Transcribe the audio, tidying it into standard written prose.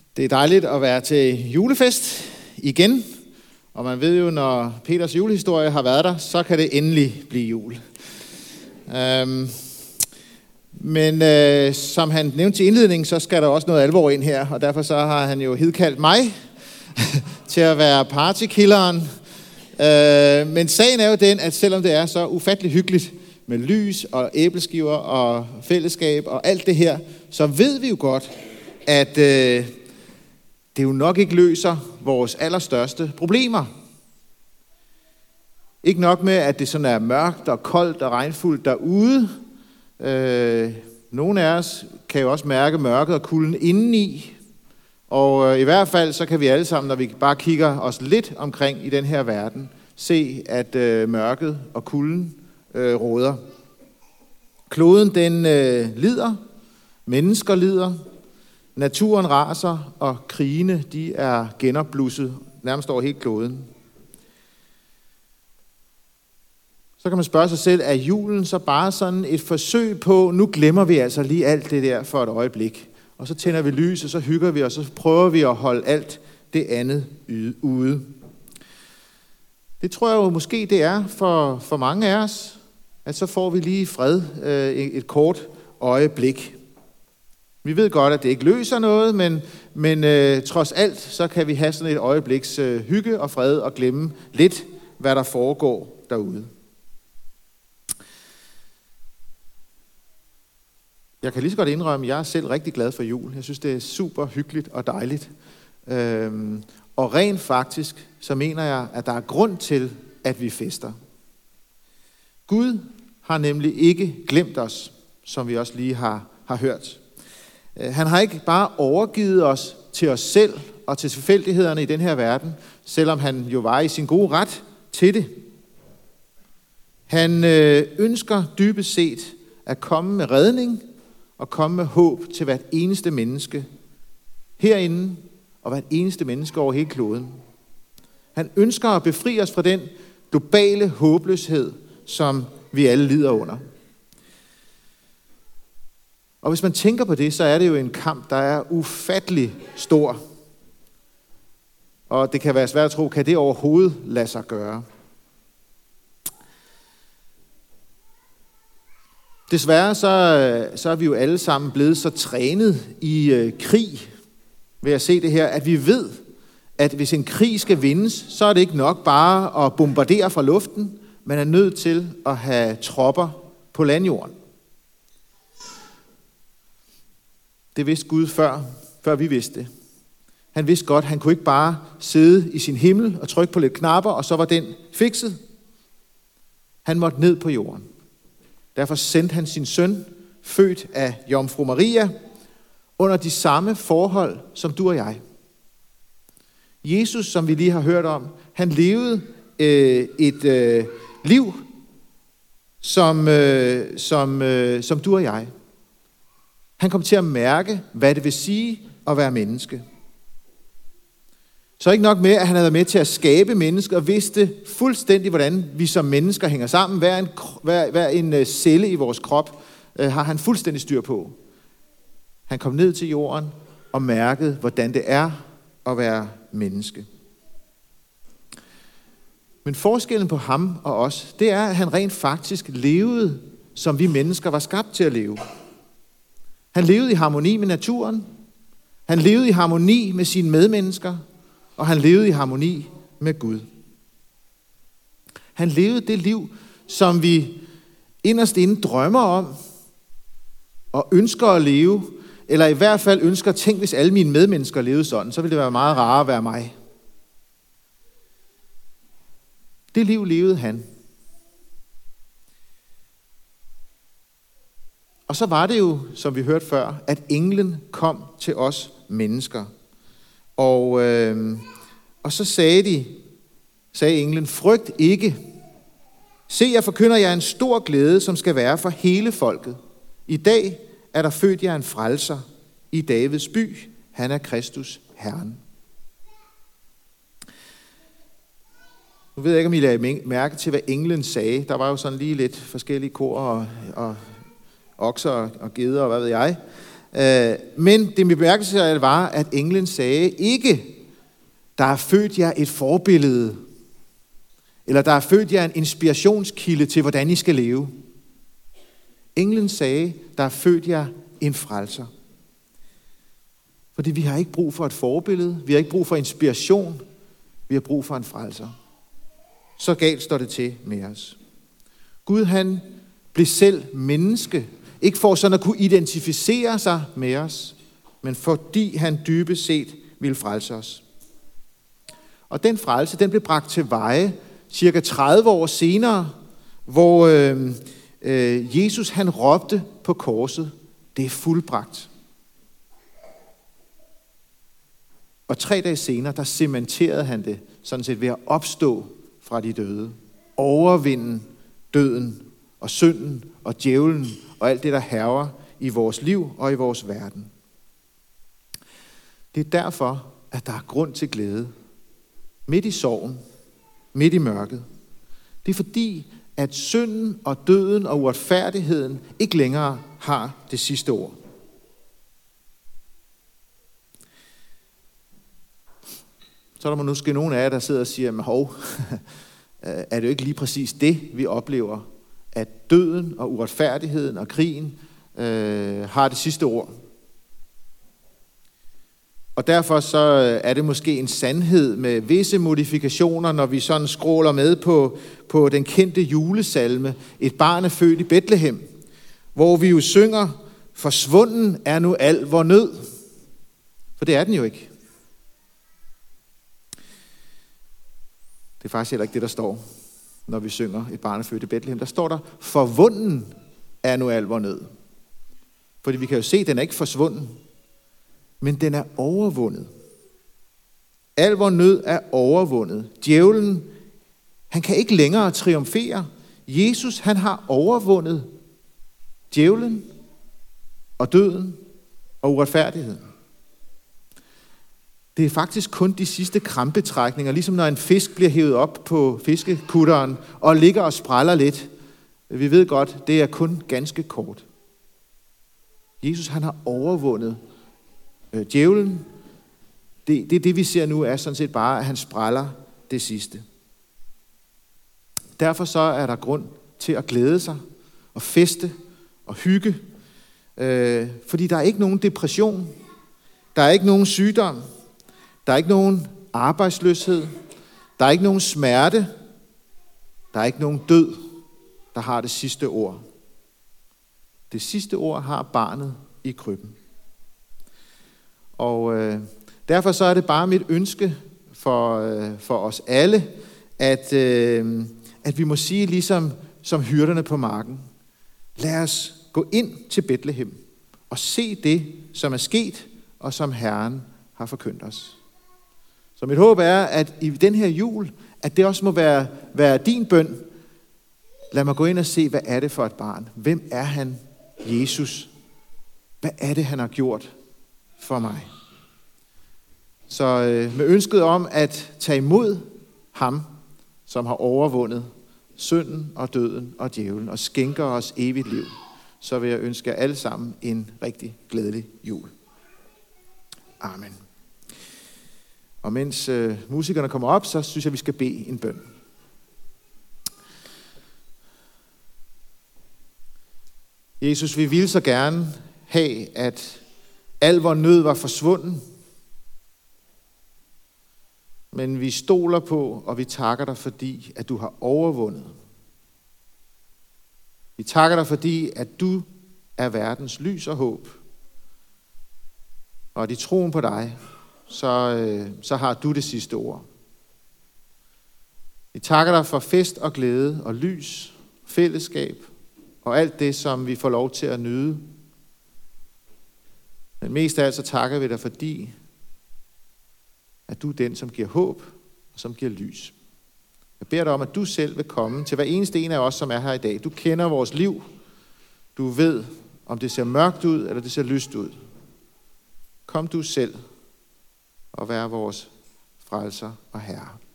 Det er dejligt at være til julefest igen, og man ved jo, når Peters julehistorie har været der, så kan det endelig blive jul. Men som han nævnte til indledningen, så skal der også noget alvor ind her, og derfor så har han jo hidkaldt mig til at være partykilleren. Men sagen er jo den, at selvom det er så ufattelig hyggeligt med lys og æbleskiver og fællesskab og alt det her, så ved vi jo godt, at det jo nok ikke løser vores allerstørste problemer. Ikke nok med, at det sådan er mørkt og koldt og regnfuldt derude. Nogle af os kan jo også mærke mørket og kulden indeni. Og i hvert fald så kan vi alle sammen, når vi bare kigger os lidt omkring i den her verden, se, at mørket og kulden råder. Kloden den lider, mennesker lider, naturen raser, og krigene de er genopblusset nærmest over hele kloden. Så kan man spørge sig selv, er julen så bare sådan et forsøg på, nu glemmer vi altså lige alt det der for et øjeblik, og så tænder vi lys, og så hygger vi, og så prøver vi at holde alt det andet ude. Det tror jeg jo måske det er for mange af os, at så får vi lige fred et kort øjeblik. Vi ved godt, at det ikke løser noget, men trods alt, så kan vi have sådan et øjebliks hygge og fred og glemme lidt, hvad der foregår derude. Jeg kan lige så godt indrømme, at jeg er selv rigtig glad for jul. Jeg synes, det er super hyggeligt og dejligt. Og rent faktisk, så mener jeg, at der er grund til, at vi fester. Gud har nemlig ikke glemt os, som vi også lige har hørt. Han har ikke bare overgivet os til os selv og til tilfældighederne i den her verden, selvom han jo var i sin gode ret til det. Han ønsker dybest set at komme med redning og komme med håb til hvert eneste menneske herinde og hvert eneste menneske over hele kloden. Han ønsker at befri os fra den globale håbløshed, som vi alle lider under. Og hvis man tænker på det, så er det jo en kamp, der er ufattelig stor. Og det kan være svært at tro, kan det overhovedet lade sig gøre? Desværre så er vi jo alle sammen blevet så trænet i krig ved at se det her, at vi ved, at hvis en krig skal vindes, så er det ikke nok bare at bombardere fra luften, man er nødt til at have tropper på landjorden. Det vidste Gud før vi vidste det. Han vidste godt, han kunne ikke bare sidde i sin himmel og trykke på lidt knapper, og så var den fikset. Han måtte ned på jorden. Derfor sendte han sin søn, født af Jomfru Maria, under de samme forhold som du og jeg. Jesus, som vi lige har hørt om, han levede et liv som du og jeg. Han kom til at mærke, hvad det vil sige at være menneske. Så ikke nok med, at han havde været med til at skabe mennesker og vidste fuldstændig, hvordan vi som mennesker hænger sammen. Hver en celle i vores krop har han fuldstændig styr på. Han kom ned til jorden og mærkede, hvordan det er at være menneske. Men forskellen på ham og os, det er, at han rent faktisk levede, som vi mennesker var skabt til at leve. Han levede i harmoni med naturen. Han levede i harmoni med sine medmennesker. Og han levede i harmoni med Gud. Han levede det liv, som vi inderst inde drømmer om og ønsker at leve, eller i hvert fald ønsker at tænke, hvis alle mine medmennesker levede sådan, så ville det være meget rarere at være mig. Det liv levede han. Og så var det jo, som vi hørte før, at englen kom til os mennesker. Og så sagde englen, frygt ikke. Se, jeg forkynder jer en stor glæde, som skal være for hele folket. I dag er der født jer en frelser i Davids by. Han er Kristus, Herren. Nu ved jeg ikke, om I lagde mærke til, hvad englen sagde. Der var jo sådan lige lidt forskellige kor og okser og geder og hvad ved jeg. Men det bemærkelsesværdige var, at englen sagde ikke, der er født jer et forbillede, eller der er født jer en inspirationskilde til, hvordan I skal leve. Englen sagde, der er født jer en frelser. Fordi vi har ikke brug for et forbillede, vi har ikke brug for inspiration, vi har brug for en frelser. Så galt står det til med os. Gud han blev selv menneske, ikke for sådan at kunne identificere sig med os, men fordi han dybest set ville frelse os. Og den frelse, den blev bragt til veje cirka 30 år senere, hvor Jesus han råbte på korset, det er fuldbragt. Og 3 dage senere, der cementerede han det sådan set ved at opstå fra de døde. Overvinde døden og synden og djævlen og alt det, der hærger i vores liv og i vores verden. Det er derfor, at der er grund til glæde. Midt i sorgen, midt i mørket. Det er fordi, at synden og døden og uretfærdigheden ikke længere har det sidste ord. Så er der måske nogen af jer, der sidder og siger, men hov, er det jo ikke lige præcis det, vi oplever, at døden og uretfærdigheden og krigen har det sidste ord. Og derfor så er det måske en sandhed med visse modifikationer, når vi sådan scroller med på den kendte julesalme, Et barn er født i Betlehem, hvor vi jo synger, forsvunden er nu al vor nød. For det er den jo ikke. Det er faktisk heller ikke det, der står, når vi synger Et barn er født i Betlehem. Der står der, forvunden er nu al vor nød. Fordi vi kan jo se, at den er ikke forsvunden, men den er overvundet. Al vor nød er overvundet. Djævlen, han kan ikke længere triumfere. Jesus, han har overvundet djævlen og døden og uretfærdigheden. Det er faktisk kun de sidste krampetrækninger, ligesom når en fisk bliver hævet op på fiskekutteren og ligger og spræller lidt. Vi ved godt, det er kun ganske kort. Jesus, han har overvundet djævlen. Det vi ser nu er sådan set bare, at han spræller det sidste. Derfor så er der grund til at glæde sig og feste og hygge. Fordi der er ikke nogen depression. Der er ikke nogen sygdom. Der er ikke nogen arbejdsløshed. Der er ikke nogen smerte. Der er ikke nogen død, der har det sidste ord. Det sidste ord har barnet i krybben. Og derfor så er det bare mit ønske for os alle, at vi må sige ligesom som hyrderne på marken. Lad os gå ind til Betlehem og se det, som er sket, og som Herren har forkyndt os. Så mit håb er, at i den her jul, at det også må være din bøn. Lad mig gå ind og se, hvad er det for et barn? Hvem er han, Jesus? Hvad er det, han har gjort for mig? Så med ønsket om at tage imod ham, som har overvundet synden og døden og djævlen, og skænker os evigt liv, så vil jeg ønske jer alle sammen en rigtig glædelig jul. Amen. Og mens musikerne kommer op, så synes jeg, vi skal bede en bøn. Jesus, vi ville så gerne have, at al vor nød var forsvunden. Men vi stoler på, og vi takker dig, fordi at du har overvundet. Vi takker dig, fordi at du er verdens lys og håb. Og at i troen på dig, så har du det sidste ord. Vi takker dig for fest og glæde og lys, fællesskab og alt det, som vi får lov til at nyde. Men mest af alt så takker vi dig, fordi at du er den, som giver håb og som giver lys. Jeg beder dig om, at du selv vil komme til hver eneste en af os, som er her i dag. Du kender vores liv. Du ved, om det ser mørkt ud, eller det ser lyst ud. Kom du selv og vær vores frelser og herre.